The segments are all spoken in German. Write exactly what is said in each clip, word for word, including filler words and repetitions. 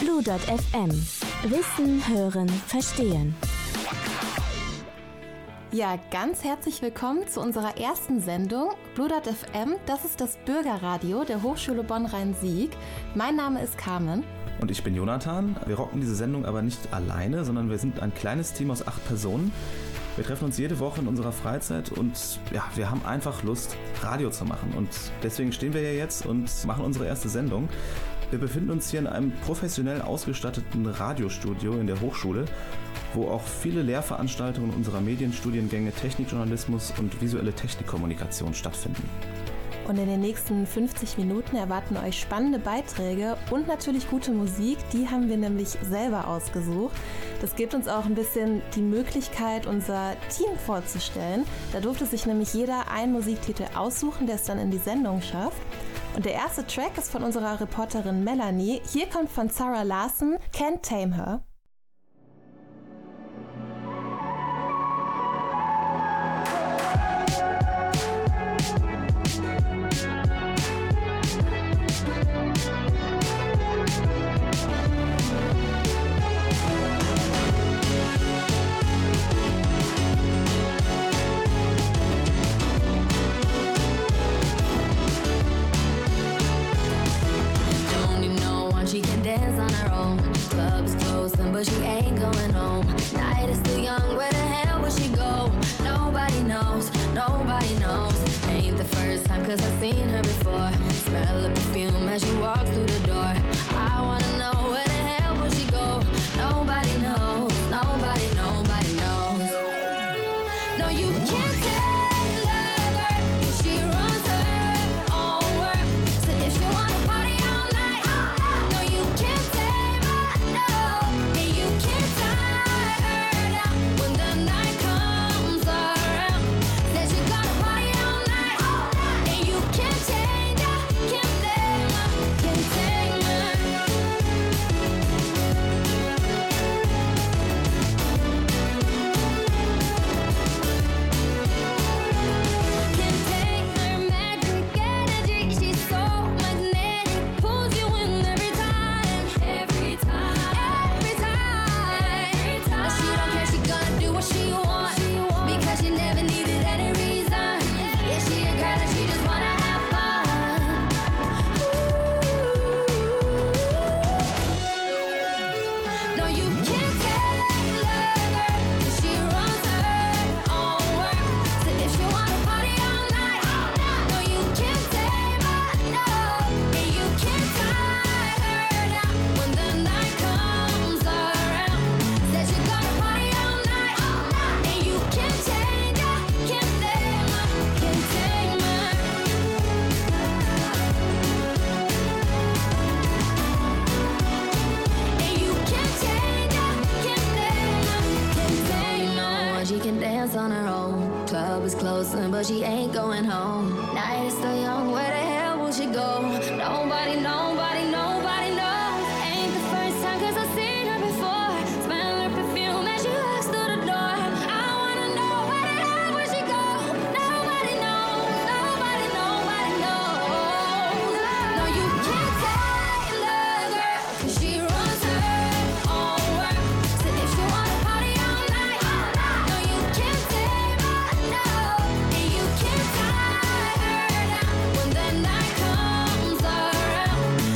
Blue Dot F M. Wissen, hören, verstehen. Ja, ganz herzlich willkommen zu unserer ersten Sendung Blue Dot F M. Das ist das Bürgerradio der Hochschule Bonn-Rhein-Sieg. Mein Name ist Carmen. Und ich bin Jonathan. Wir rocken diese Sendung aber nicht alleine, sondern wir sind ein kleines Team aus acht Personen. Wir treffen uns jede Woche in unserer Freizeit und ja, wir haben einfach Lust, Radio zu machen. Und deswegen stehen wir hier jetzt und machen unsere erste Sendung. Wir befinden uns hier in einem professionell ausgestatteten Radiostudio in der Hochschule, wo auch viele Lehrveranstaltungen unserer Medienstudiengänge Technikjournalismus und visuelle Technikkommunikation stattfinden. Und in den nächsten fünfzig Minuten erwarten euch spannende Beiträge und natürlich gute Musik. Die haben wir nämlich selber ausgesucht. Das gibt uns auch ein bisschen die Möglichkeit, unser Team vorzustellen. Da durfte sich nämlich jeder einen Musiktitel aussuchen, der es dann in die Sendung schafft. Und der erste Track ist von unserer Reporterin Melanie. Hier kommt von Zara Larsson Can't Tame Her. She can dance on her own. Club's closing, but she ain't going home. Night is still young, where the hell will she go? Nobody knows, nobody knows. Ain't the first time, cause I've seen her before. Smell of perfume as she walks through the door. I wanna know, where the hell will she go? Nobody knows, nobody, nobody knows. No, you can't tell her, she runs her own world. So if she wanna party all night, no, you can't tame her, no. And you can't tie her down when the night comes around. Said she gonna party all night, and you can't change her, can't tame her, can't tame her. Can't take her magic energy. She's so magnetic, pulls you in every time, every time, every time, every time. She don't care, she gonna do what she wants, because she never needed any reason. Yeah, she a girl and she just wanna have fun. No, you can't tell her, 'cause she runs her own world. So if she wanna party all night, no, you can't tame her, no. And you can't tie her down when the night comes around. Said she gonna party all night, and you can't change her, can't tame her, can't tame her. And you can't change her, can't tame her, can't tame her. She can dance on her own. Club is closing, but she ain't going home. Night is still young, where the hell will she go? Nobody, nobody, nobody knows. Ain't the first time, cause I've seen her before. Smell her perfume as she walks through the door. I wanna know, where the hell will she go? Nobody knows, nobody, nobody knows. No, you can't tame the girl, 'cause she runs her own world. So if she wanna party all night, no, you can't tame her, no. And you can't tie her down when the night comes around.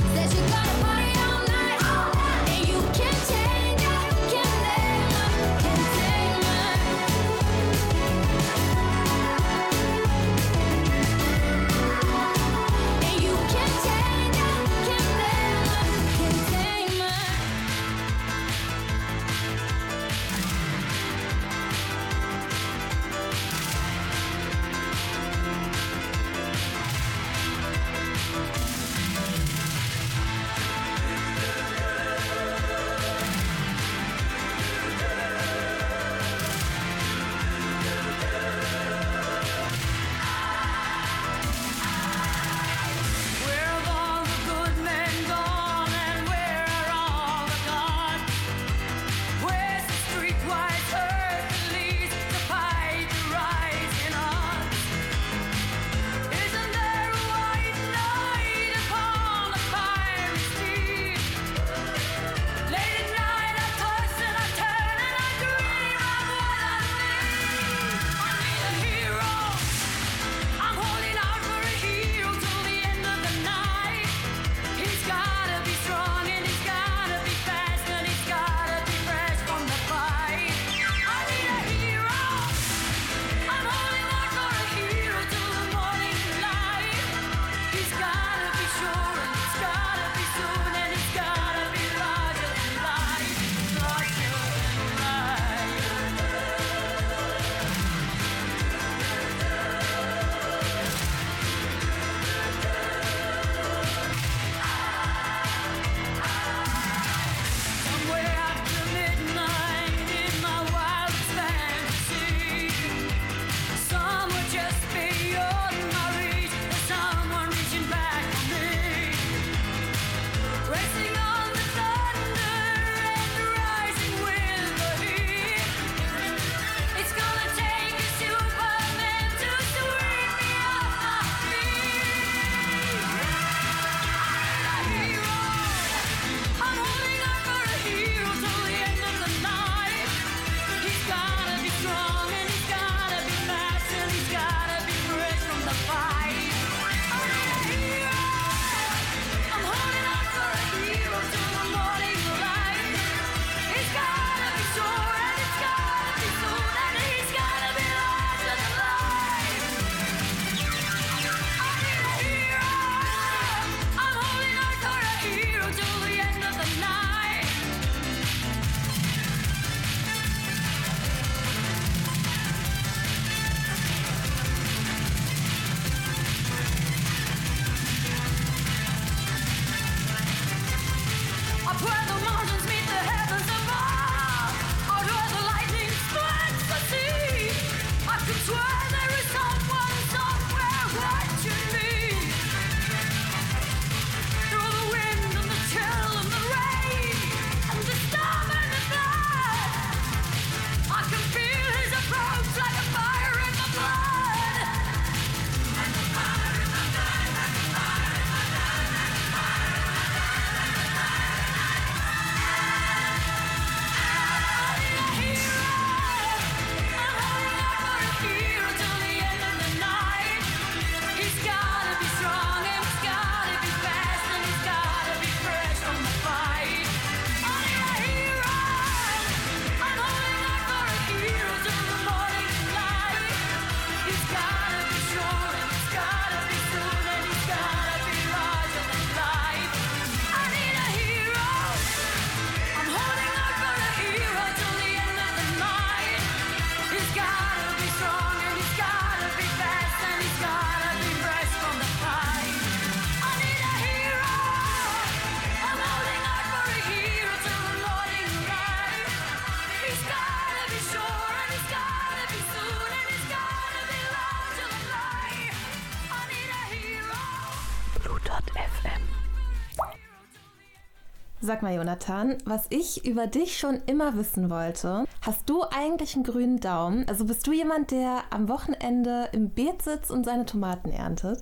Sag mal, Jonathan, was ich über dich schon immer wissen wollte, hast du eigentlich einen grünen Daumen? Also bist du jemand, der am Wochenende im Beet sitzt und seine Tomaten erntet?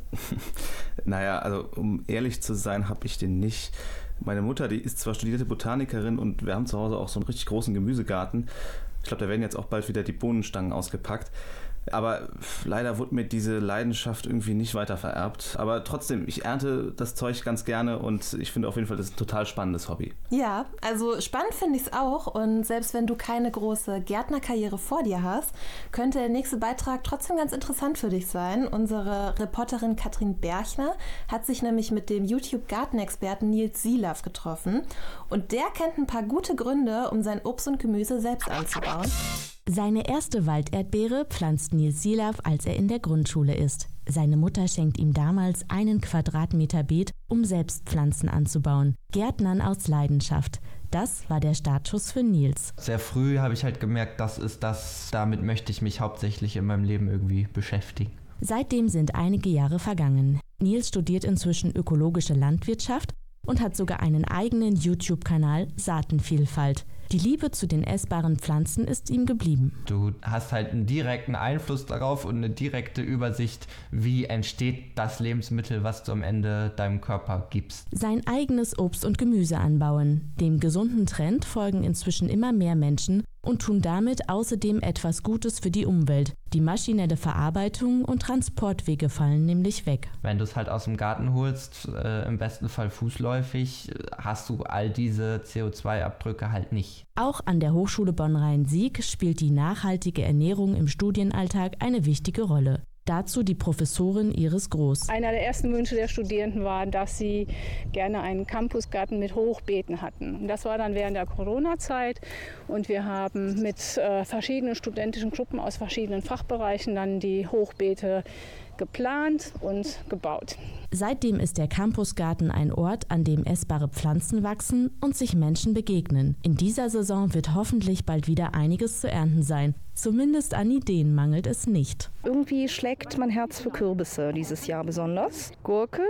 Naja, also um ehrlich zu sein, habe ich den nicht. Meine Mutter, die ist zwar studierte Botanikerin und wir haben zu Hause auch so einen richtig großen Gemüsegarten. Ich glaube, da werden jetzt auch bald wieder die Bohnenstangen ausgepackt. Aber leider wurde mir diese Leidenschaft irgendwie nicht weiter vererbt. Aber trotzdem, ich ernte das Zeug ganz gerne und ich finde auf jeden Fall, das ist ein total spannendes Hobby. Ja, also spannend finde ich es auch. Und selbst wenn du keine große Gärtnerkarriere vor dir hast, könnte der nächste Beitrag trotzdem ganz interessant für dich sein. Unsere Reporterin Katrin Berchner hat sich nämlich mit dem YouTube-Gartenexperten Nils Sielaff getroffen. Und der kennt ein paar gute Gründe, um sein Obst und Gemüse selbst anzubauen. Seine erste Walderdbeere pflanzt Nils Sielaff, als er in der Grundschule ist. Seine Mutter schenkt ihm damals einen Quadratmeter Beet, um selbst Pflanzen anzubauen. Gärtnern aus Leidenschaft. Das war der Startschuss für Nils. Sehr früh habe ich halt gemerkt, das ist das, damit möchte ich mich hauptsächlich in meinem Leben irgendwie beschäftigen. Seitdem sind einige Jahre vergangen. Nils studiert inzwischen ökologische Landwirtschaft und hat sogar einen eigenen YouTube-Kanal Saatenvielfalt. Die Liebe zu den essbaren Pflanzen ist ihm geblieben. Du hast halt einen direkten Einfluss darauf und eine direkte Übersicht, wie entsteht das Lebensmittel, was du am Ende deinem Körper gibst. Sein eigenes Obst und Gemüse anbauen. Dem gesunden Trend folgen inzwischen immer mehr Menschen und tun damit außerdem etwas Gutes für die Umwelt. Die maschinelle Verarbeitung und Transportwege fallen nämlich weg. Wenn du es halt aus dem Garten holst, äh, im besten Fall fußläufig, hast du all diese C O zwei Abdrücke halt nicht. Auch an der Hochschule Bonn-Rhein-Sieg spielt die nachhaltige Ernährung im Studienalltag eine wichtige Rolle. Dazu die Professorin Iris Groß. Einer der ersten Wünsche der Studierenden war, dass sie gerne einen Campusgarten mit Hochbeeten hatten. Das war dann während der Corona-Zeit und wir haben mit äh, verschiedenen studentischen Gruppen aus verschiedenen Fachbereichen dann die Hochbeete geplant und gebaut. Seitdem ist der Campusgarten ein Ort, an dem essbare Pflanzen wachsen und sich Menschen begegnen. In dieser Saison wird hoffentlich bald wieder einiges zu ernten sein. Zumindest an Ideen mangelt es nicht. Irgendwie schlägt mein Herz für Kürbisse dieses Jahr besonders. Gurken,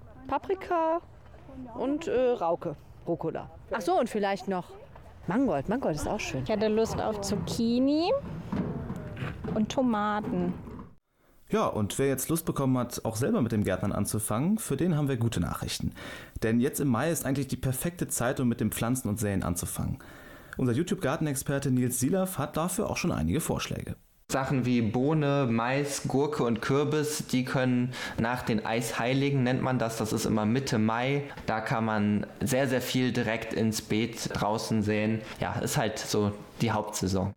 Paprika und äh, Rauke, Rucola. Ach so, und vielleicht noch Mangold. Mangold ist auch schön. Ich hatte Lust auf Zucchini und Tomaten. Ja, und wer jetzt Lust bekommen hat, auch selber mit dem Gärtnern anzufangen, für den haben wir gute Nachrichten. Denn jetzt im Mai ist eigentlich die perfekte Zeit, um mit dem Pflanzen und Säen anzufangen. Unser YouTube-Gartenexperte Nils Sielaff hat dafür auch schon einige Vorschläge. Sachen wie Bohne, Mais, Gurke und Kürbis, die können nach den Eisheiligen, nennt man das, das ist immer Mitte Mai. Da kann man sehr, sehr viel direkt ins Beet draußen säen. Ja, ist halt so die Hauptsaison.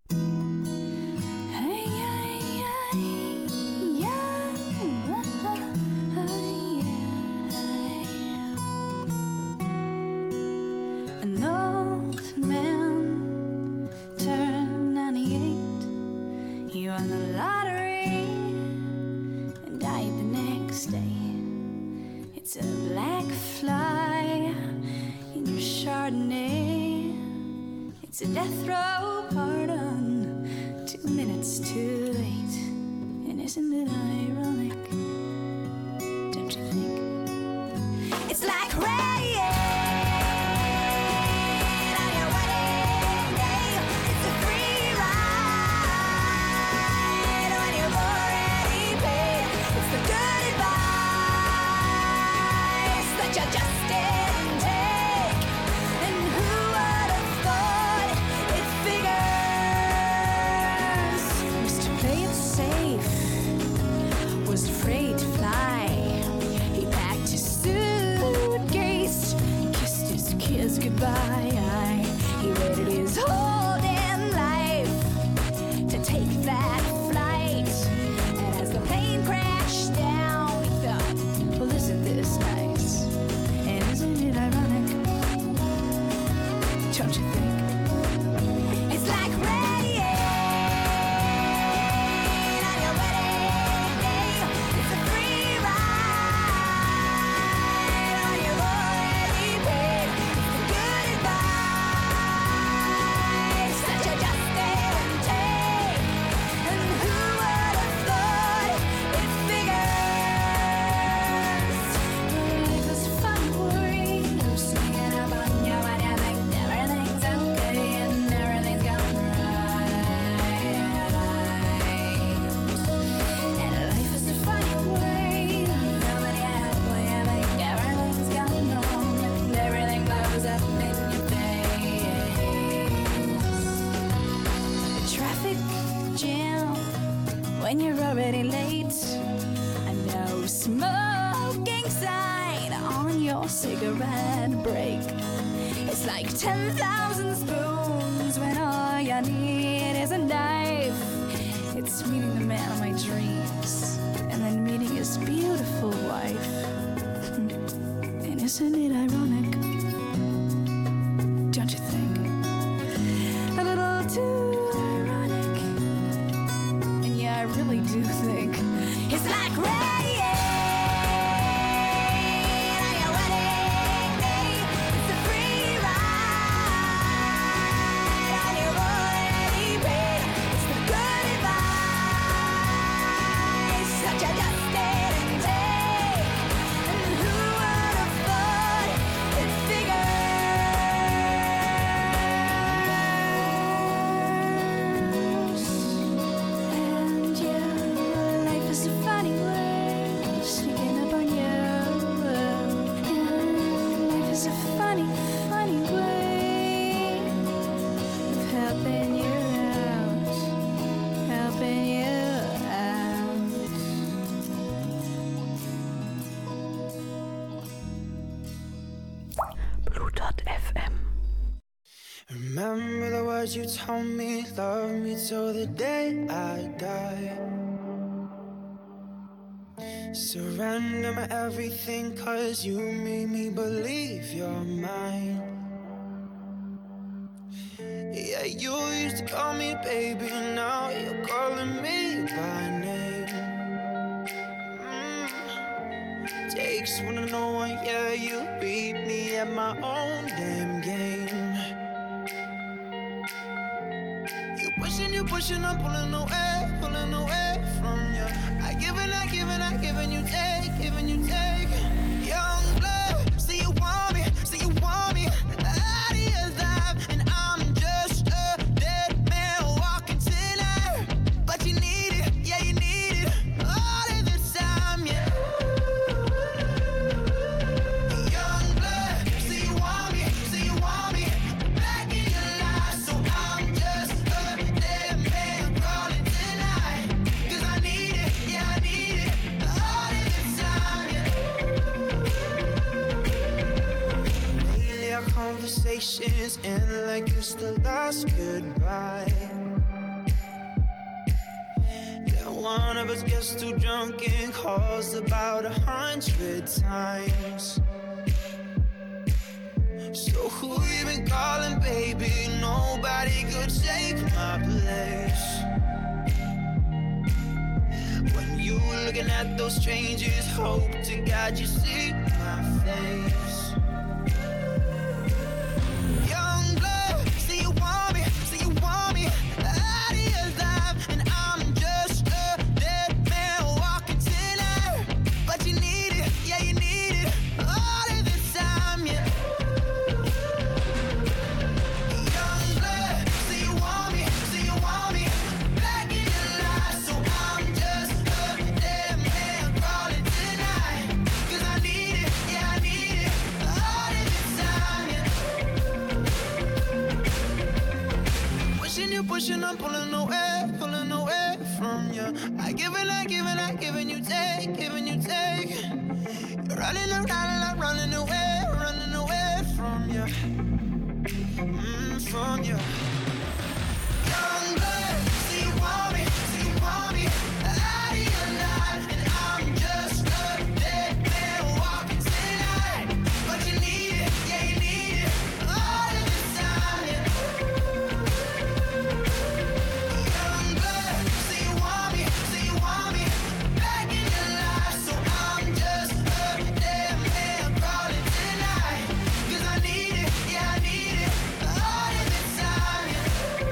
Won the lottery and died the next day. It's a black fly in your Chardonnay. It's a death row pardon, two minutes too late. And isn't it ironic? Don't you think? It's like rain on your wedding day. It's a free ride. Goodbye. He waited his whole damn life to take that flight. And as the plane crashed down, he thought, well, isn't this nice? And isn't it ironic? Don't you think? It's like rain on your wedding day. It's a free ride on your already paid. when you're already late. And no smoking sign on your cigarette break. It's like ten thousand spoons when all you need is a knife. It's meeting the man of my dreams and then meeting his beautiful wife. And isn't it ironic? Don't you think? A little too ironic. And yeah, I really do think it's like rain on your wedding day. It's a free ride on your already paid. It's the good advice that you just didn't take. And who would have thought it figures? And yeah, life is a funny way, sneaking up on you. And life is a funny, funny way of helping you out, helping you out. Bluetooth F M. Remember the words you told me, love me till the day I die. Surrender my everything, cause you made me believe you're mine. Yeah, you used to call me baby, now you're calling me by name. Mm. Takes one to know one, yeah, you beat me at my own damn game. You pushing, you pushing, I'm pulling away, pulling away from you. I give and I give and I give and you take, give and you take. Young blood, say you want me, say you want me out of your life, and I'm just a dead man walking tonight. But you need it, yeah you need it, all of the time, yeah. Young blood, say you want me, say you want me back in your life, so I'm just a dead man crawling tonight. Cause I need it, yeah I need it, all of the time, yeah. Lately our conversations end like it's the last goodbye. Yeah, one of us gets too drunk and calls about a hundred times. So who you been calling, baby? Nobody could take my place. When you looking at those strangers, hope to God you see my face. Young blood, say you want me, say you want me out of your life, and I'm just a dead man walking tonight. But you need it, yeah you need it, all of the time, yeah. Young blood, say you want me, say you want me back in your life, so I'm just a dead man crawling tonight. Cause I need it, yeah I need it, all of the time, yeah. Pushing you, pushing, I'm pulling away, pulling away from you. I give and I give and I give and you take, give and you take. You're running around and I'm running away, running away from you, mm, from you. Young blood, say you want me, say you want me out of your life, and I'm just a dead man walking tonight. But you need it, yeah you need it, all of the time, yeah. Young blood, say you want me, say you want me back in your life, so I'm just a dead man crawling tonight. Cause I need it, yeah I need it, all of the time, yeah.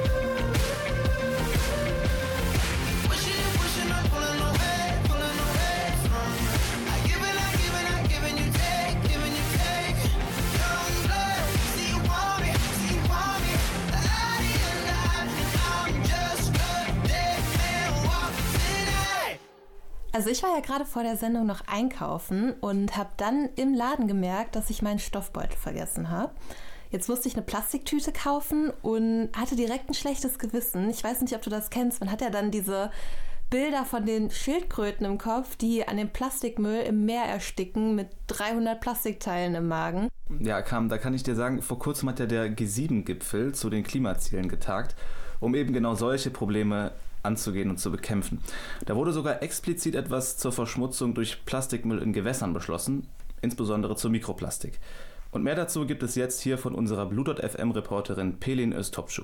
Pushing you, pushing, I'm pulling away, pulling away from you. I give and I give and I give and you take, give and you take. Young blood, say you want me, say you want me out of your life, and I'm just a dead man walking tonight. Also ich war ja gerade vor der Sendung noch einkaufen und habe dann im Laden gemerkt, dass ich meinen Stoffbeutel vergessen habe. Jetzt musste ich eine Plastiktüte kaufen und hatte direkt ein schlechtes Gewissen. Ich weiß nicht, ob du das kennst. Man hat ja dann diese Bilder von den Schildkröten im Kopf, die an dem Plastikmüll im Meer ersticken mit dreihundert Plastikteilen im Magen. Ja, Kam, da kann ich dir sagen, vor kurzem hat ja der G sieben Gipfel zu den Klimazielen getagt, um eben genau solche Probleme anzugehen und zu bekämpfen. Da wurde sogar explizit etwas zur Verschmutzung durch Plastikmüll in Gewässern beschlossen, insbesondere zur Mikroplastik. Und mehr dazu gibt es jetzt hier von unserer Blue Dot F M-Reporterin Pelin Öztopçu.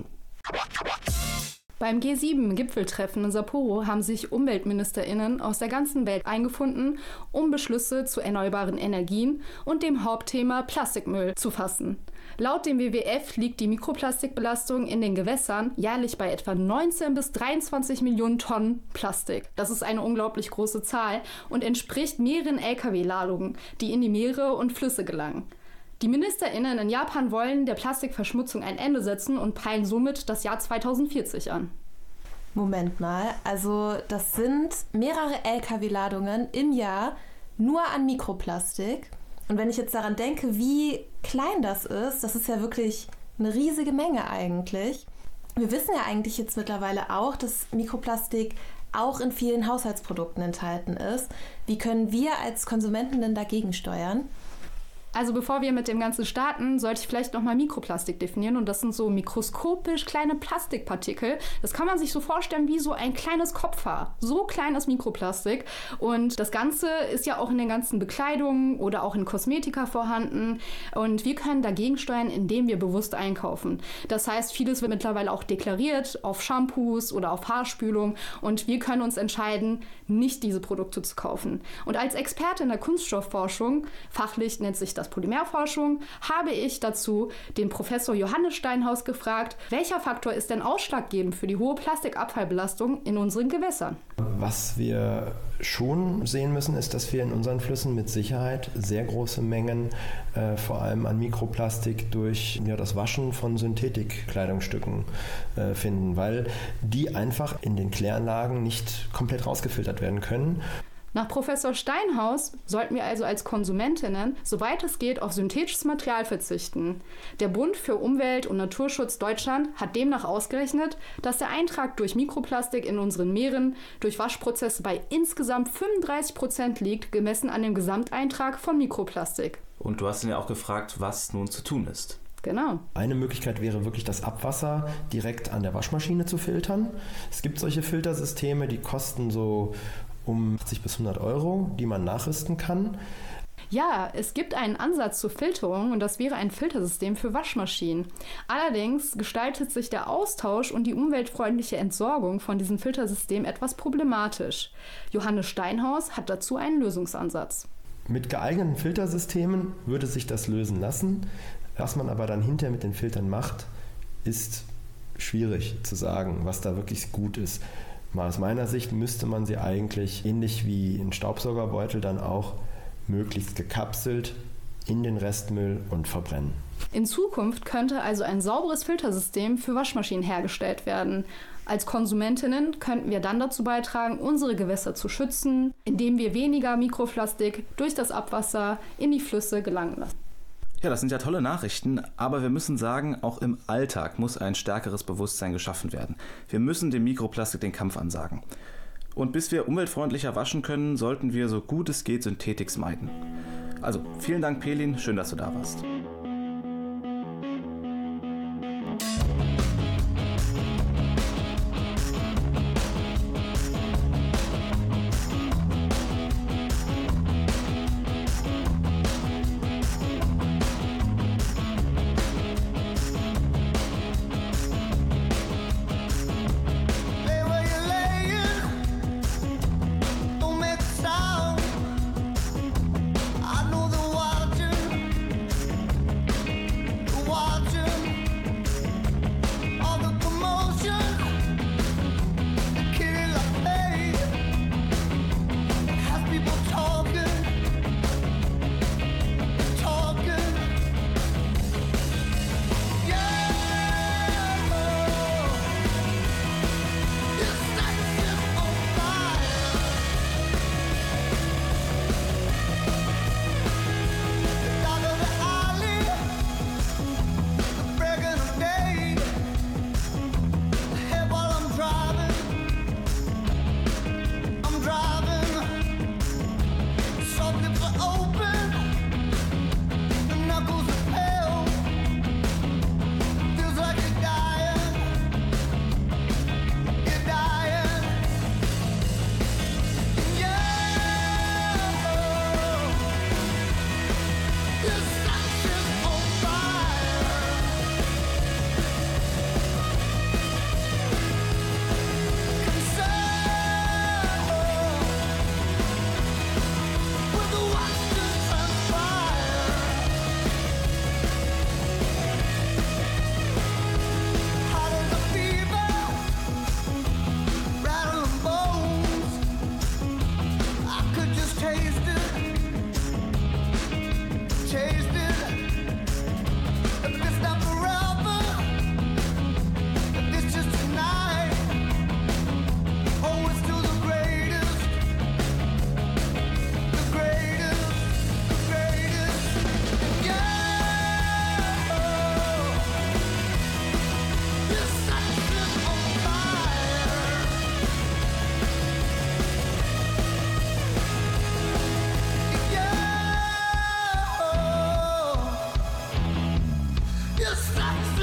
Beim G sieben Gipfeltreffen in Sapporo haben sich UmweltministerInnen aus der ganzen Welt eingefunden, um Beschlüsse zu erneuerbaren Energien und dem Hauptthema Plastikmüll zu fassen. Laut dem W W F liegt die Mikroplastikbelastung in den Gewässern jährlich bei etwa neunzehn bis dreiundzwanzig Millionen Tonnen Plastik. Das ist eine unglaublich große Zahl und entspricht mehreren L K W-Ladungen, die in die Meere und Flüsse gelangen. Die MinisterInnen in Japan wollen der Plastikverschmutzung ein Ende setzen und peilen somit das Jahr zweitausendvierzig an. Moment mal, also das sind mehrere L K W-Ladungen im Jahr nur an Mikroplastik. Und wenn ich jetzt daran denke, wie klein das ist, das ist ja wirklich eine riesige Menge eigentlich. Wir wissen ja eigentlich jetzt mittlerweile auch, dass Mikroplastik auch in vielen Haushaltsprodukten enthalten ist. Wie können wir als Konsumenten denn dagegen steuern? Also bevor wir mit dem Ganzen starten, sollte ich vielleicht nochmal Mikroplastik definieren. Und das sind so mikroskopisch kleine Plastikpartikel. Das kann man sich so vorstellen wie so ein kleines Kopfhaar. So klein ist Mikroplastik. Und das Ganze ist ja auch in den ganzen Bekleidungen oder auch in Kosmetika vorhanden. Und wir können dagegen steuern, indem wir bewusst einkaufen. Das heißt, vieles wird mittlerweile auch deklariert auf Shampoos oder auf Haarspülung. Und wir können uns entscheiden, nicht diese Produkte zu kaufen. Und als Experte in der Kunststoffforschung, fachlich nennt sich das Polymerforschung, habe ich dazu den Professor Johannes Steinhaus gefragt, welcher Faktor ist denn ausschlaggebend für die hohe Plastikabfallbelastung in unseren Gewässern? Was wir schon sehen müssen, ist, dass wir in unseren Flüssen mit Sicherheit sehr große Mengen, äh, vor allem an Mikroplastik durch ja, das Waschen von Synthetikkleidungsstücken äh, finden, weil die einfach in den Kläranlagen nicht komplett rausgefiltert werden können. Nach Professor Steinhaus sollten wir also als Konsumentinnen, soweit es geht, auf synthetisches Material verzichten. Der Bund für Umwelt- und Naturschutz Deutschland hat demnach ausgerechnet, dass der Eintrag durch Mikroplastik in unseren Meeren durch Waschprozesse bei insgesamt fünfunddreißig Prozent liegt, gemessen an dem Gesamteintrag von Mikroplastik. Und du hast ihn ja auch gefragt, was nun zu tun ist. Genau. Eine Möglichkeit wäre wirklich, das Abwasser direkt an der Waschmaschine zu filtern. Es gibt solche Filtersysteme, die kosten so um achtzig bis hundert Euro, die man nachrüsten kann. Ja, es gibt einen Ansatz zur Filterung und das wäre ein Filtersystem für Waschmaschinen. Allerdings gestaltet sich der Austausch und die umweltfreundliche Entsorgung von diesem Filtersystem etwas problematisch. Johannes Steinhaus hat dazu einen Lösungsansatz. Mit geeigneten Filtersystemen würde sich das lösen lassen. Was man aber dann hinterher mit den Filtern macht, ist schwierig zu sagen, was da wirklich gut ist. Mal aus meiner Sicht müsste man sie eigentlich ähnlich wie in Staubsaugerbeutel dann auch möglichst gekapselt in den Restmüll und verbrennen. In Zukunft könnte also ein sauberes Filtersystem für Waschmaschinen hergestellt werden. Als Konsumentinnen könnten wir dann dazu beitragen, unsere Gewässer zu schützen, indem wir weniger Mikroplastik durch das Abwasser in die Flüsse gelangen lassen. Ja, das sind ja tolle Nachrichten, aber wir müssen sagen, auch im Alltag muss ein stärkeres Bewusstsein geschaffen werden. Wir müssen dem Mikroplastik den Kampf ansagen. Und bis wir umweltfreundlicher waschen können, sollten wir so gut es geht Synthetics meiden. Also, vielen Dank, Pelin, schön, dass du da warst.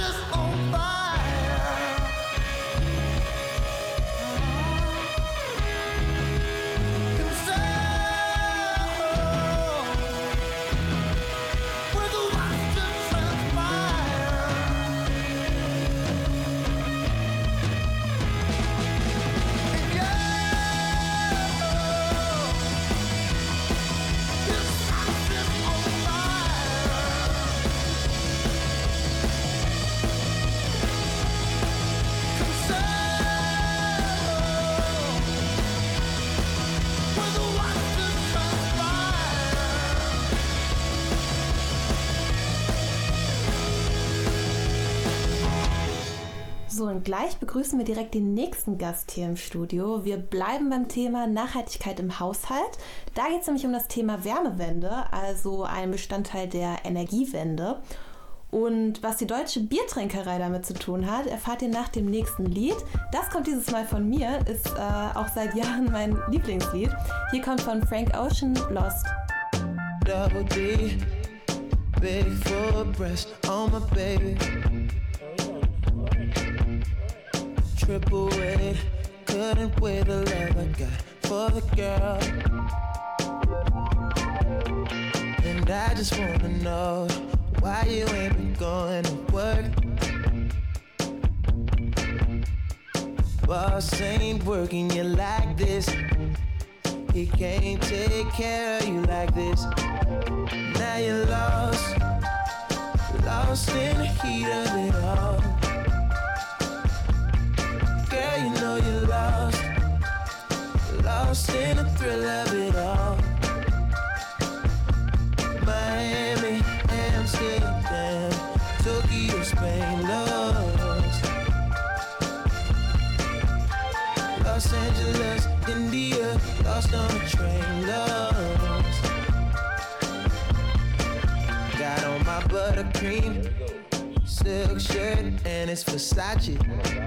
just on fire. Concerned with what's to transpire. And yeah. So, und gleich begrüßen wir direkt den nächsten Gast hier im Studio. Wir bleiben beim Thema Nachhaltigkeit im Haushalt. Da geht es nämlich um das Thema Wärmewende, also ein Bestandteil der Energiewende. Und was die deutsche Biertrinkerei damit zu tun hat, erfahrt ihr nach dem nächsten Lied. Das kommt dieses Mal von mir, ist äh, auch seit Jahren mein Lieblingslied. Hier kommt von Frank Ocean, Lost. Double D, big full breast on my baby. Triple weight, couldn't weigh the love I got for the girl. And I just wanna know why you ain't been going to work. Boss ain't working you like this. He can't take care of you like this. Now you're lost, lost in the heat of it all. Girl, you know you're lost, lost in the thrill of it all. Miami, Amsterdam, Tokyo, Spain, lost. Los Angeles, India, lost on a train, lost. Got on my buttercream silk shirt and it's Versace.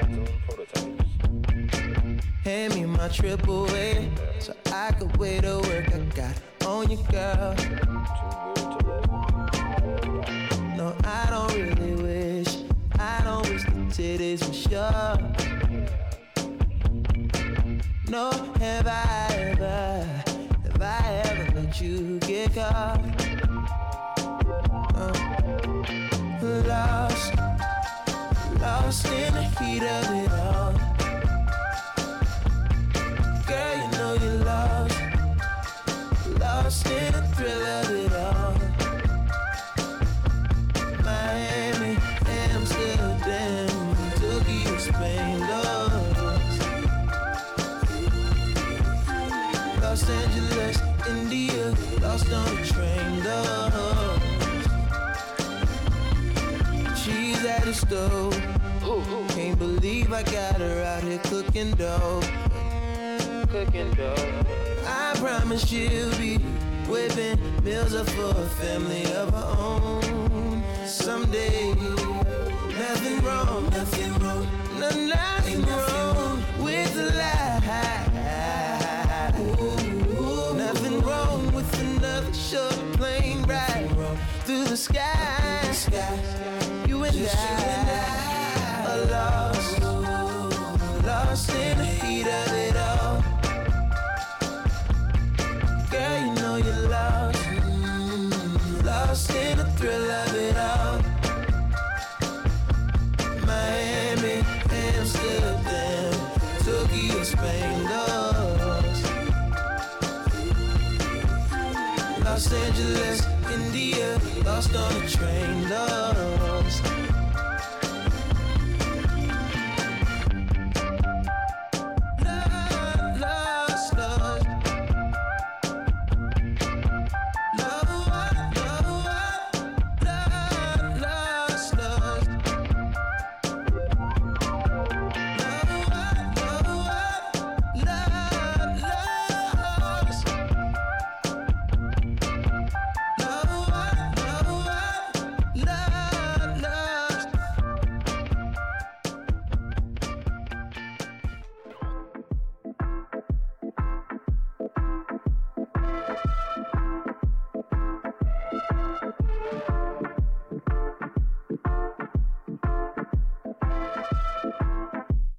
Hand me my triple A so I could wear the work I got on you, girl. No, I don't really wish, I don't wish the titties were sure. No, have I ever, have I ever let you get caught? Uh, lost, lost in the heat of it all. Girl, you know you're lost, lost in the thrill of it all. Miami, Amsterdam, Tokyo, Spain, lost. Los Angeles, India, lost on a train, lost. She's at the stove, can't believe I got her out here cooking dough. Cooking dough. I promise she'll be whipping meals up for a family of her own someday. Nothing wrong, nothing wrong, no, nothing wrong with the lie. Ooh, nothing wrong with another short plane ride through the sky. You and I are lost, lost in the heat of it all. Girl, you know you're lost, lost in the thrill of it all. Miami, Amsterdam, Tokyo, Spain, lost. Los Angeles, India, lost on a train, lost.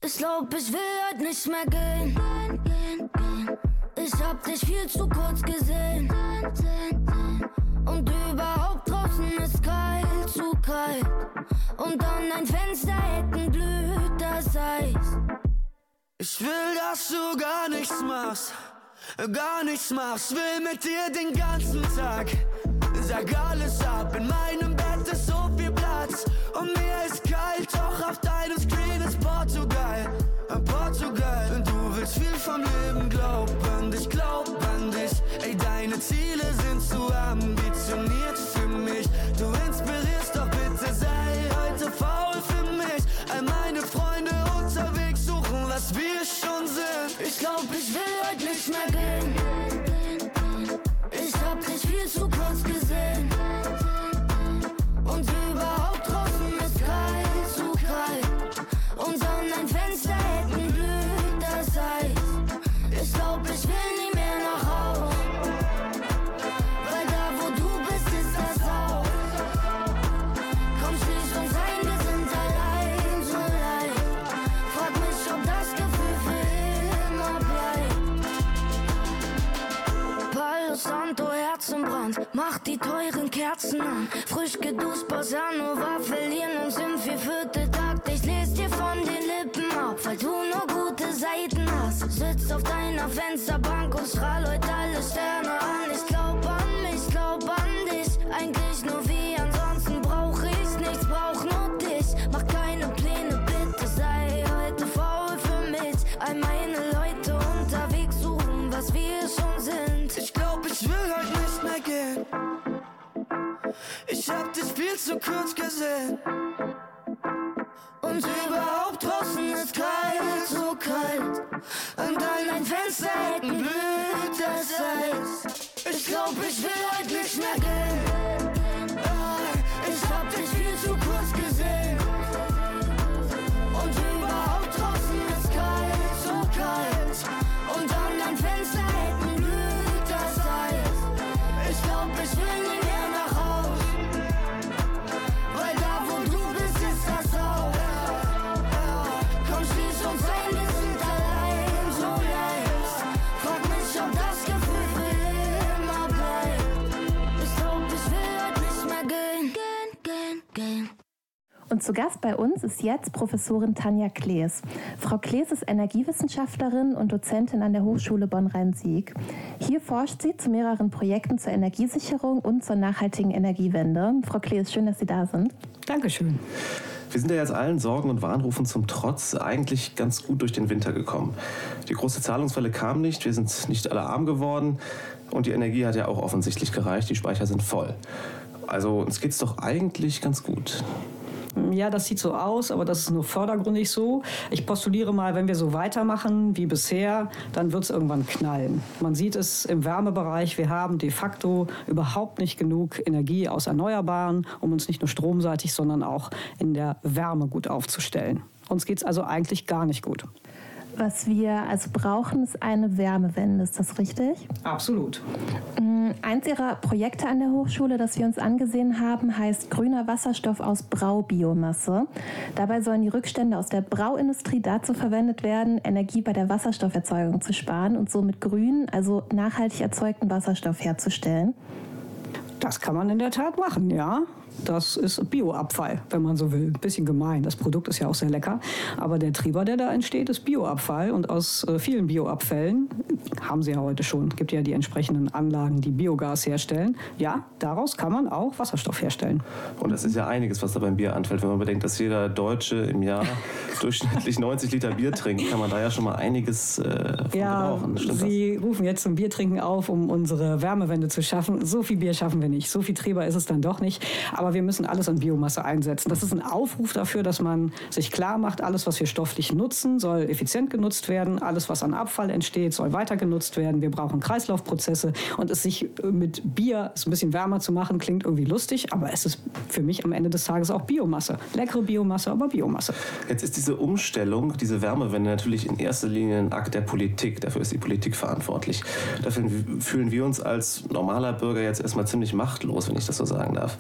Ich glaub, ich will heute nicht mehr gehen. Ich hab dich viel zu kurz gesehen. Und überhaupt draußen ist kalt, zu kalt. Und an dein Fensterhecken blüht das Eis. Ich will, dass du gar nichts machst, gar nichts machst. Will mit dir den ganzen Tag. Sag alles ab, in meinem Bett ist so viel Platz. Und mir ist kalt, doch auf deinem Screen ist Portugal. Portugal. Und du willst viel vom Leben, glaub an dich, glaub an dich. Ey, deine Ziele sind zu ambitioniert für mich. Du inspirierst, doch bitte sei heute faul für mich. All meine Freunde unterwegs suchen, was wir schon sind. Ich glaub, ich will heute nicht mehr gehen. Ich hab dich viel zu kurz gesehen. Und überhaupt draußen ist kalt, zu kalt. Und an dein Fensterhecken blüht das Eis. Ich glaub, ich will nie mehr nach Haus. Weil da, wo du bist, ist das Haus. Komm, schließ uns ein, wir sind allein, so leid. Frag mich, ob das Gefühl für immer bleibt. Palo Santo, Herzenbrand, mach die teuren Kerzen an. Frisch geduscht, Bossa Nova, verlieren uns im vierviertel Takt. Ich les dir von den Lippen ab, weil du nur gute Seiten hast. Sitz auf deiner Fensterbank und strahl heute alle Sterne an. Ich glaub an mich, glaub an dich, eigentlich nur wie, ansonsten brauch ich nichts, brauch nur dich. Mach keine Pläne, bitte sei heute faul für mich. All meine Leute unterwegs suchen, was wir schon sind. Ich glaub, ich will heute nicht mehr gehen. Ich hab dich viel zu kurz gesehen. Und überhaupt draußen ist kalt, so kalt. Und an dein Fensterhecken blüht das Eis. Ich glaub, ich will heute nicht mehr gehen. Ich hab dich viel zu kurz gesehen. Und überhaupt draußen ist kalt, so kalt. Und an dein Fensterhecken blüht das Eis. Ich glaub, ich will nie mehr nach Haus. Weil da, wo du bist, ist das Haus. Komm, schließ uns ein, wir sind allein, so leicht. Frag mich, ob das Gefühl für immer bleibt. Ich glaub, ich will heute nicht mehr gehen, gehen, gehen, gehen. Und zu Gast bei uns ist jetzt Professorin Tanja Klees. Frau Klees ist Energiewissenschaftlerin und Dozentin an der Hochschule Bonn-Rhein-Sieg. Hier forscht sie zu mehreren Projekten zur Energiesicherung und zur nachhaltigen Energiewende. Frau Klees, schön, dass Sie da sind. Dankeschön. Wir sind ja jetzt allen Sorgen und Warnrufen zum Trotz eigentlich ganz gut durch den Winter gekommen. Die große Zahlungswelle kam nicht, wir sind nicht alle arm geworden und die Energie hat ja auch offensichtlich gereicht, die Speicher sind voll. Also uns geht's doch eigentlich ganz gut. Ja, das sieht so aus, aber das ist nur vordergründig so. Ich postuliere mal, wenn wir so weitermachen wie bisher, dann wird es irgendwann knallen. Man sieht es im Wärmebereich, wir haben de facto überhaupt nicht genug Energie aus Erneuerbaren, um uns nicht nur stromseitig, sondern auch in der Wärme gut aufzustellen. Uns geht es also eigentlich gar nicht gut. Was wir also brauchen, ist eine Wärmewende. Ist das richtig? Absolut. Eins Ihrer Projekte an der Hochschule, das wir uns angesehen haben, heißt grüner Wasserstoff aus Braubiomasse. Dabei sollen die Rückstände aus der Brauindustrie dazu verwendet werden, Energie bei der Wasserstofferzeugung zu sparen und somit grünen, also nachhaltig erzeugten Wasserstoff herzustellen. Das kann man in der Tat machen, ja. Das ist Bioabfall, wenn man so will. Ein bisschen gemein. Das Produkt ist ja auch sehr lecker. Aber der Trieber, der da entsteht, ist Bioabfall. Und aus äh, vielen Bioabfällen, haben sie ja heute schon, gibt ja die entsprechenden Anlagen, die Biogas herstellen. Ja, daraus kann man auch Wasserstoff herstellen. Und das ist ja einiges, was da beim Bier anfällt. Wenn man bedenkt, dass jeder Deutsche im Jahr durchschnittlich neunzig Liter Bier trinkt, kann man da ja schon mal einiges äh, von ja, gebrauchen. Stimmt Sie das? rufen jetzt zum Biertrinken auf, um unsere Wärmewende zu schaffen. So viel Bier schaffen wir nicht. So viel Trieber ist es dann doch nicht. Aber wir müssen alles an Biomasse einsetzen. Das ist ein Aufruf dafür, dass man sich klar macht, alles, was wir stofflich nutzen, soll effizient genutzt werden. Alles, was an Abfall entsteht, soll weiter genutzt werden. Wir brauchen Kreislaufprozesse. Und es sich mit Bier es ein bisschen wärmer zu machen, klingt irgendwie lustig. Aber es ist für mich am Ende des Tages auch Biomasse. Leckere Biomasse, aber Biomasse. Jetzt ist diese Umstellung, diese Wärmewende natürlich in erster Linie ein Akt der Politik. Dafür ist die Politik verantwortlich. Dafür fühlen wir uns als normaler Bürger jetzt erstmal ziemlich machtlos, wenn ich das so sagen darf.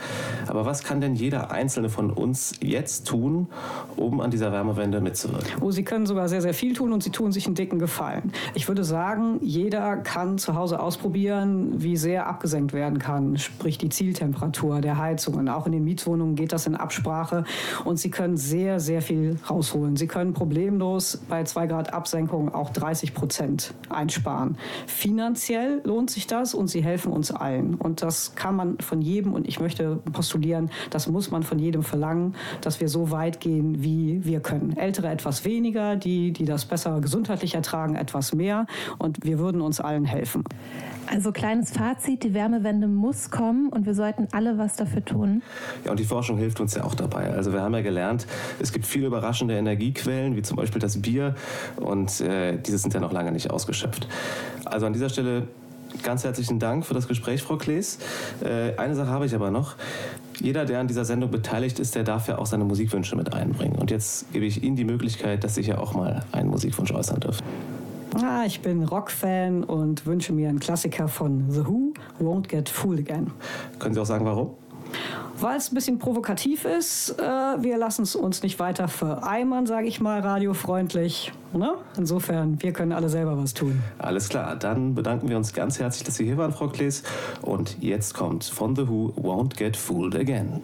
Aber was kann denn jeder Einzelne von uns jetzt tun, um an dieser Wärmewende mitzuwirken? Oh, Sie können sogar sehr, sehr viel tun und Sie tun sich einen dicken Gefallen. Ich würde sagen, jeder kann zu Hause ausprobieren, wie sehr abgesenkt werden kann, sprich die Zieltemperatur der Heizungen. Auch in den Mietwohnungen geht das in Absprache und Sie können sehr, sehr viel rausholen. Sie können problemlos bei zwei Grad Absenkung auch dreißig Prozent einsparen. Finanziell lohnt sich das und Sie helfen uns allen. Und das kann man von jedem, und ich möchte postulieren, das muss man von jedem verlangen, dass wir so weit gehen, wie wir können. Ältere etwas weniger, die, die das besser gesundheitlich ertragen, etwas mehr. Und wir würden uns allen helfen. Also kleines Fazit, die Wärmewende muss kommen und wir sollten alle was dafür tun. Ja, und die Forschung hilft uns ja auch dabei. Also wir haben ja gelernt, es gibt viele überraschende Energiequellen, wie zum Beispiel das Bier, und äh, diese sind ja noch lange nicht ausgeschöpft. Also an dieser Stelle ganz herzlichen Dank für das Gespräch, Frau Klees. Äh, eine Sache habe ich aber noch. Jeder, der an dieser Sendung beteiligt ist, der darf ja auch seine Musikwünsche mit einbringen. Und jetzt gebe ich Ihnen die Möglichkeit, dass Sie hier auch mal einen Musikwunsch äußern dürfen. Ah, ich bin Rockfan und wünsche mir einen Klassiker von The Who, Won't Get Fooled Again. Können Sie auch sagen, warum? Weil es ein bisschen provokativ ist. Äh, wir lassen es uns nicht weiter vereimern, sage ich mal, radiofreundlich. Ne? Insofern, wir können alle selber was tun. Alles klar, dann bedanken wir uns ganz herzlich, dass Sie hier waren, Frau Klees. Und jetzt kommt von The Who, Won't Get Fooled Again.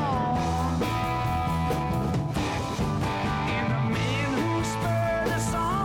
Song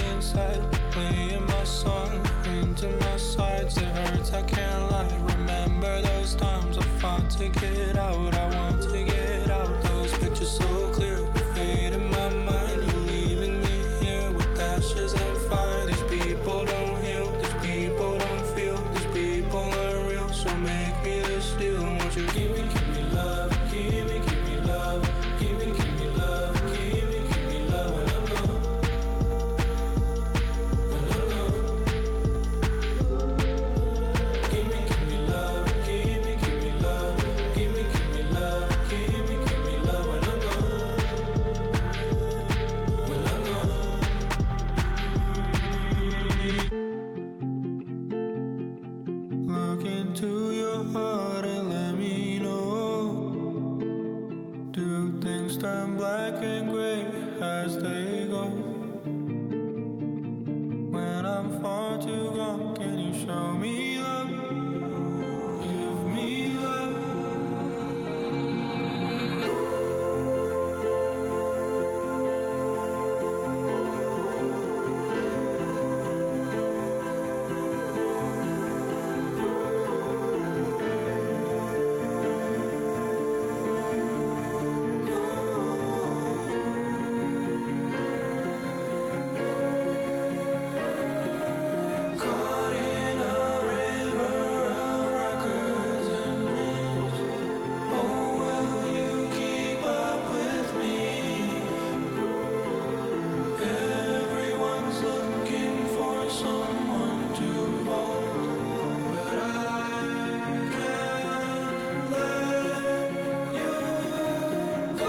inside, playing my song into my sides. It hurts, I can't lie. Remember those times I fought to get out. I want to get out. Those pictures so clear, fade in my mind. You leaving me here with ashes and fire. These people don't heal, these people don't feel, these people are real. So make me this deal. Won't you give me, give me love, give me, give me love, give me, give me love, give me, give me love when I'm low, when I'm low. Give me, give me love, give me, give me love, give me, give me love, give me, give me love when I'm low, when I'm low. Look into your heart and let me know. Do things turn black and gray as they go? When I'm far too gone, can you show me love? Give me love. Caught in a river of records and dreams. Oh, will you keep up with me? Everyone's looking for someone to hold, but I can't let you go.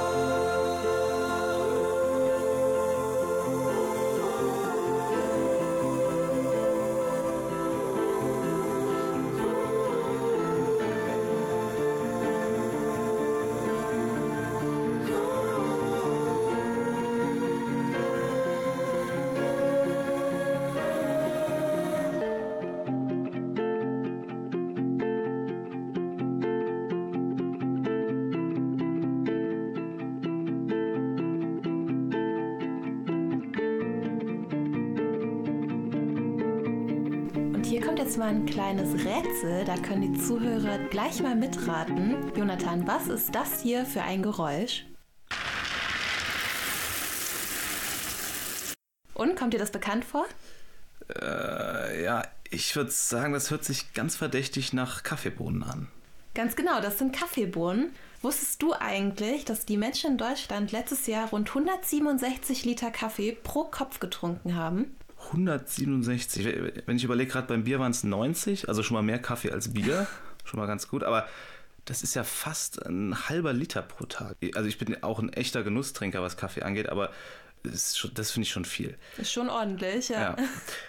Und hier kommt jetzt mal ein kleines Rätsel, da können die Zuhörer gleich mal mitraten. Jonathan, was ist das hier für ein Geräusch? Und, kommt dir das bekannt vor? Äh, ja, ich würde sagen, das hört sich ganz verdächtig nach Kaffeebohnen an. Ganz genau, das sind Kaffeebohnen. Wusstest du eigentlich, dass die Menschen in Deutschland letztes Jahr rund hundertsiebenundsechzig Liter Kaffee pro Kopf getrunken haben? hundertsiebenundsechzig. Wenn ich überlege, gerade beim Bier waren es neunzig, also schon mal mehr Kaffee als Bier. Schon mal ganz gut, aber das ist ja fast ein halber Liter pro Tag. Also ich bin auch ein echter Genusstrinker, was Kaffee angeht, aber das, ist schon- das finde ich schon viel. Das ist schon ordentlich, ja. Ja.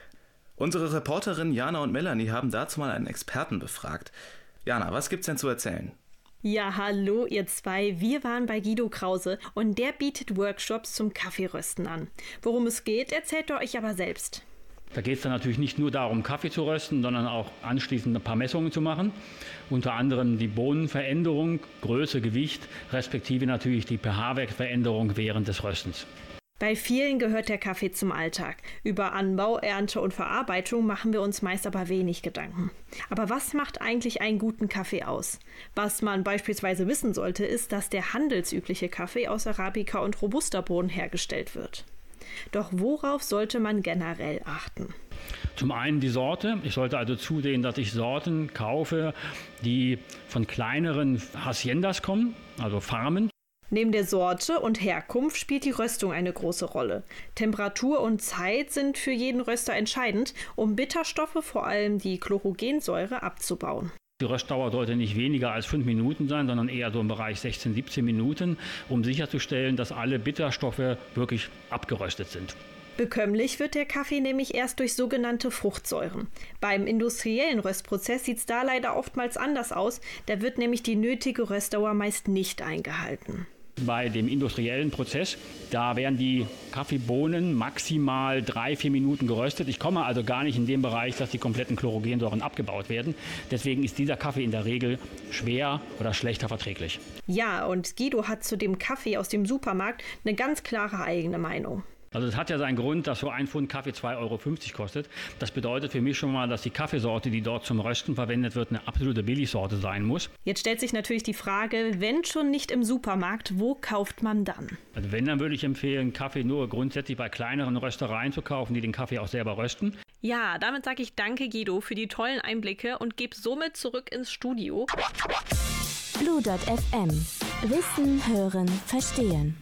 Unsere Reporterinnen Jana und Melanie haben dazu mal einen Experten befragt. Jana, was gibt's denn zu erzählen? Ja, hallo ihr zwei. Wir waren bei Guido Krause und der bietet Workshops zum Kaffeerösten an. Worum es geht, erzählt er euch aber selbst. Da geht es dann natürlich nicht nur darum, Kaffee zu rösten, sondern auch anschließend ein paar Messungen zu machen. Unter anderem die Bohnenveränderung, Größe, Gewicht, respektive natürlich die pH-Wertveränderung während des Röstens. Bei vielen gehört der Kaffee zum Alltag. Über Anbau, Ernte und Verarbeitung machen wir uns meist aber wenig Gedanken. Aber was macht eigentlich einen guten Kaffee aus? Was man beispielsweise wissen sollte, ist, dass der handelsübliche Kaffee aus Arabica und Robusta-Bohnen hergestellt wird. Doch worauf sollte man generell achten? Zum einen die Sorte. Ich sollte also zusehen, dass ich Sorten kaufe, die von kleineren Haciendas kommen, also Farmen. Neben der Sorte und Herkunft spielt die Röstung eine große Rolle. Temperatur und Zeit sind für jeden Röster entscheidend, um Bitterstoffe, vor allem die Chlorogensäure, abzubauen. Die Röstdauer sollte nicht weniger als fünf Minuten sein, sondern eher so im Bereich sechzehn, siebzehn Minuten, um sicherzustellen, dass alle Bitterstoffe wirklich abgeröstet sind. Bekömmlich wird der Kaffee nämlich erst durch sogenannte Fruchtsäuren. Beim industriellen Röstprozess sieht es da leider oftmals anders aus, da wird nämlich die nötige Röstdauer meist nicht eingehalten. Bei dem industriellen Prozess, da werden die Kaffeebohnen maximal drei, vier Minuten geröstet. Ich komme also gar nicht in den Bereich, dass die kompletten Chlorogensäuren abgebaut werden. Deswegen ist dieser Kaffee in der Regel schwer oder schlechter verträglich. Ja, und Guido hat zu dem Kaffee aus dem Supermarkt eine ganz klare eigene Meinung. Also es hat ja seinen Grund, dass so ein Pfund Kaffee zwei Euro fünfzig kostet. Das bedeutet für mich schon mal, dass die Kaffeesorte, die dort zum Rösten verwendet wird, eine absolute Billigsorte sein muss. Jetzt stellt sich natürlich die Frage, wenn schon nicht im Supermarkt, wo kauft man dann? Also wenn, dann würde ich empfehlen, Kaffee nur grundsätzlich bei kleineren Röstereien zu kaufen, die den Kaffee auch selber rösten. Ja, damit sage ich danke Guido für die tollen Einblicke und gebe somit zurück ins Studio. Blue Dot F M. Wissen, hören, verstehen.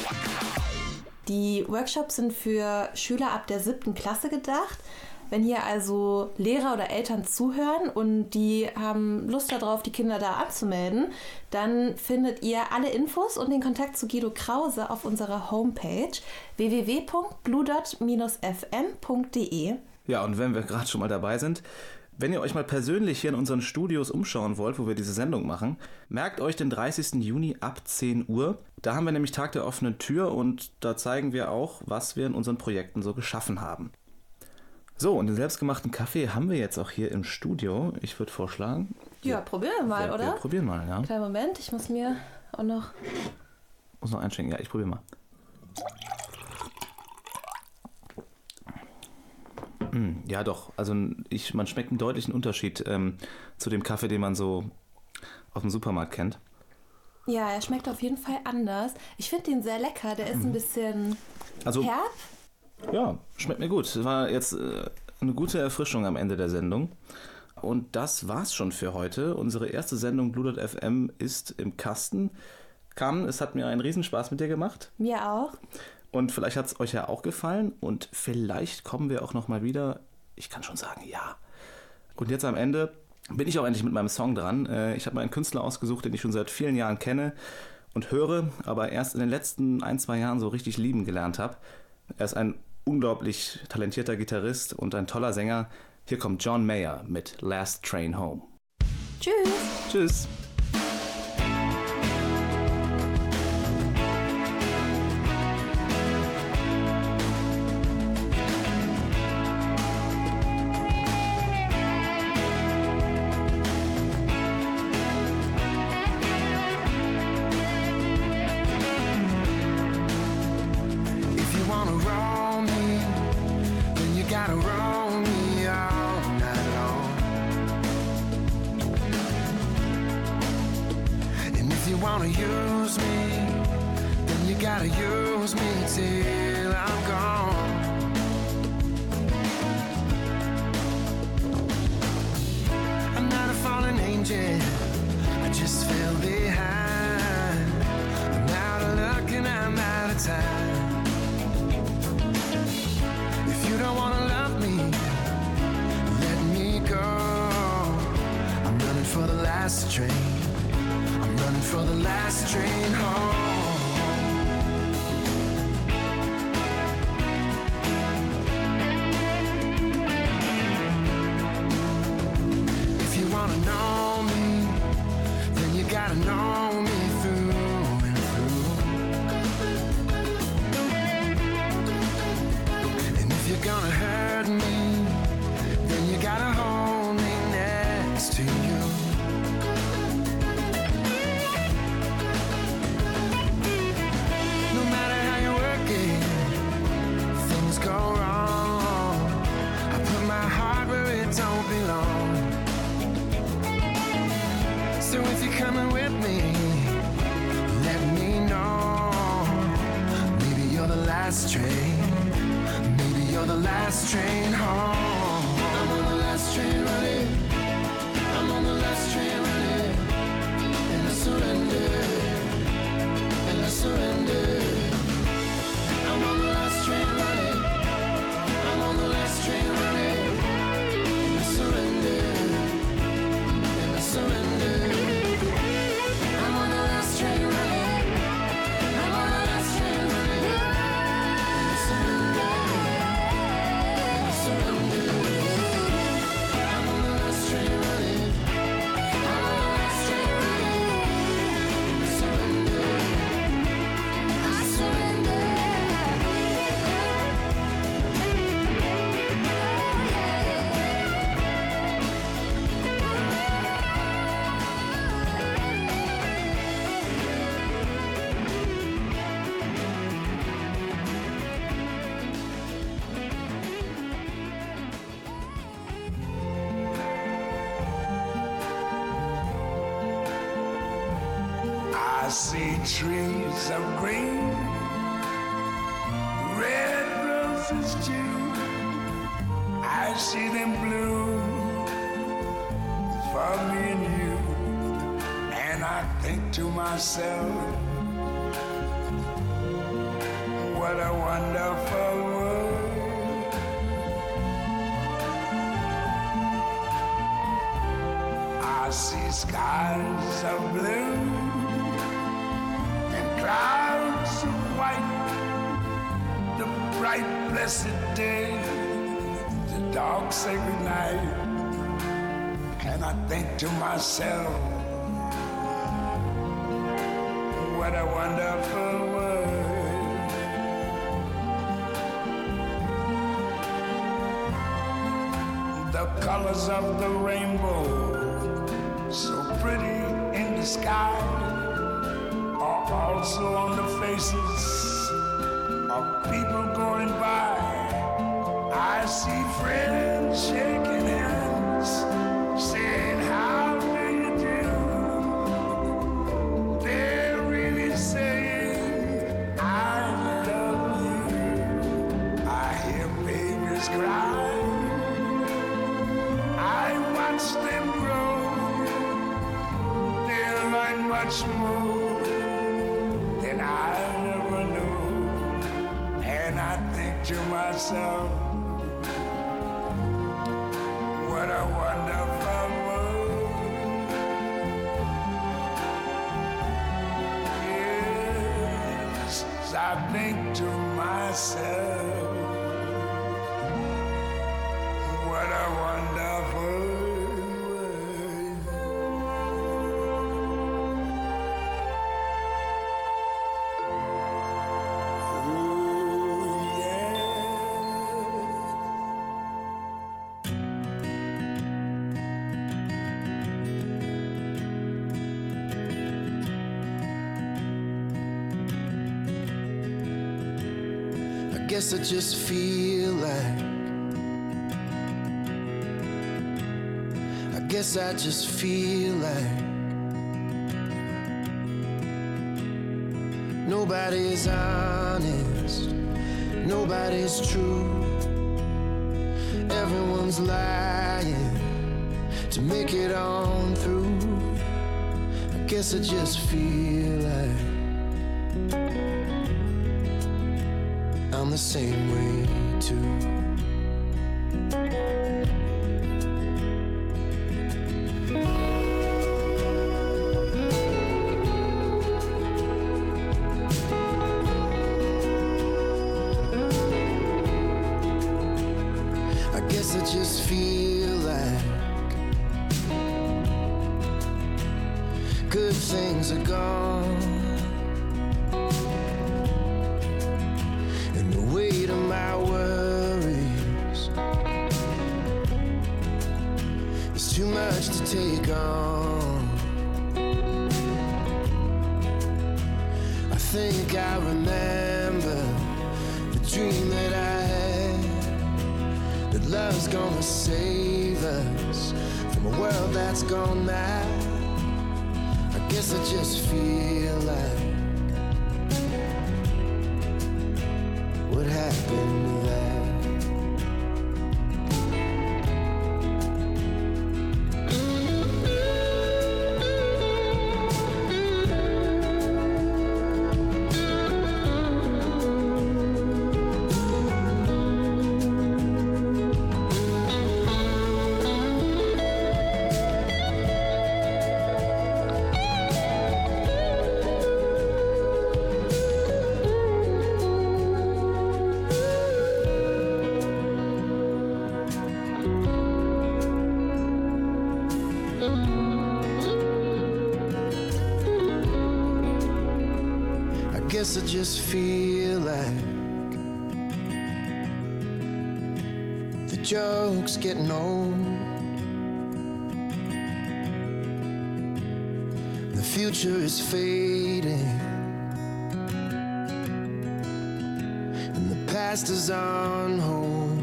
Die Workshops sind für Schüler ab der siebten Klasse gedacht. Wenn hier also Lehrer oder Eltern zuhören und die haben Lust darauf, die Kinder da anzumelden, dann findet ihr alle Infos und den Kontakt zu Guido Krause auf unserer Homepage w w w punkt blue dot f m punkt d e. Ja, und wenn wir gerade schon mal dabei sind, wenn ihr euch mal persönlich hier in unseren Studios umschauen wollt, wo wir diese Sendung machen, merkt euch den dreißigsten Juni ab zehn Uhr. Da haben wir nämlich Tag der offenen Tür und da zeigen wir auch, was wir in unseren Projekten so geschaffen haben. So, und den selbstgemachten Kaffee haben wir jetzt auch hier im Studio. Ich würde vorschlagen... Ja, wir, probieren wir mal, wir, oder? Wir probieren mal, ja. Kleinen Moment, ich muss mir auch noch... Muss noch einschenken, ja, ich probiere mal. Mm, ja, doch. Also ich, man schmeckt einen deutlichen Unterschied ähm, zu dem Kaffee, den man so aus dem Supermarkt kennt. Ja, er schmeckt auf jeden Fall anders. Ich finde den sehr lecker. Der ist ein bisschen also, herb. Ja, schmeckt mir gut. Es war jetzt äh, eine gute Erfrischung am Ende der Sendung. Und das war's schon für heute. Unsere erste Sendung Blue Dot F M ist im Kasten. Carmen, es hat mir einen Riesenspaß mit dir gemacht. Mir auch. Und vielleicht hat es euch ja auch gefallen. Und vielleicht kommen wir auch noch mal wieder. Ich kann schon sagen, ja. Und jetzt am Ende bin ich auch endlich mit meinem Song dran. Äh, ich habe mir einen Künstler ausgesucht, den ich schon seit vielen Jahren kenne und höre, aber erst in den letzten ein, zwei Jahren so richtig lieben gelernt habe. Er ist ein unglaublich talentierter Gitarrist und ein toller Sänger. Hier kommt John Mayer mit Last Train Home. Tschüss. Tschüss. Surrender. see trees of green, red roses too. I see them bloom for me and you. And I think to myself, what a wonderful world. I see skies of blue and clouds of white, the bright blessed day, the dark sacred night. And I think to myself, what a wonderful world. The colors of the rainbow, so pretty in the sky, are also on the faces of people going by. I see friends shaking hands, saying how do you do. They're really saying I love you. I hear babies cry, I watch them grow. They'll learn much more than I ever knew. And I think to myself, what a wonderful world. Yes, I think to myself, what a wonderful world. Oh, yeah. I guess I just feel like, I guess I just feel like nobody's honest, nobody's true. Everyone's lying to make it on through. I guess I just feel like I'm the same way too. I guess I just feel like good things are gone, and the weight of my worries is too much to take on. I think I remember the dream that I had, that love's gonna save us from a world that's gone mad. I guess I just feel like what happened to that? I guess I just feel like the joke's getting old. The future is fading, and the past is on hold.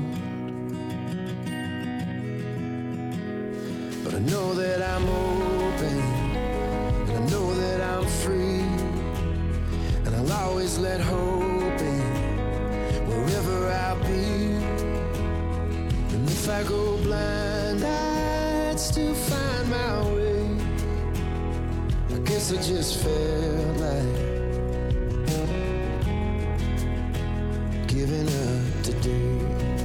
But I know that I'm open, and I know that I'm free. always let hope in wherever I'll be. And if I go blind, I'd still find my way. I guess I just felt like giving up today.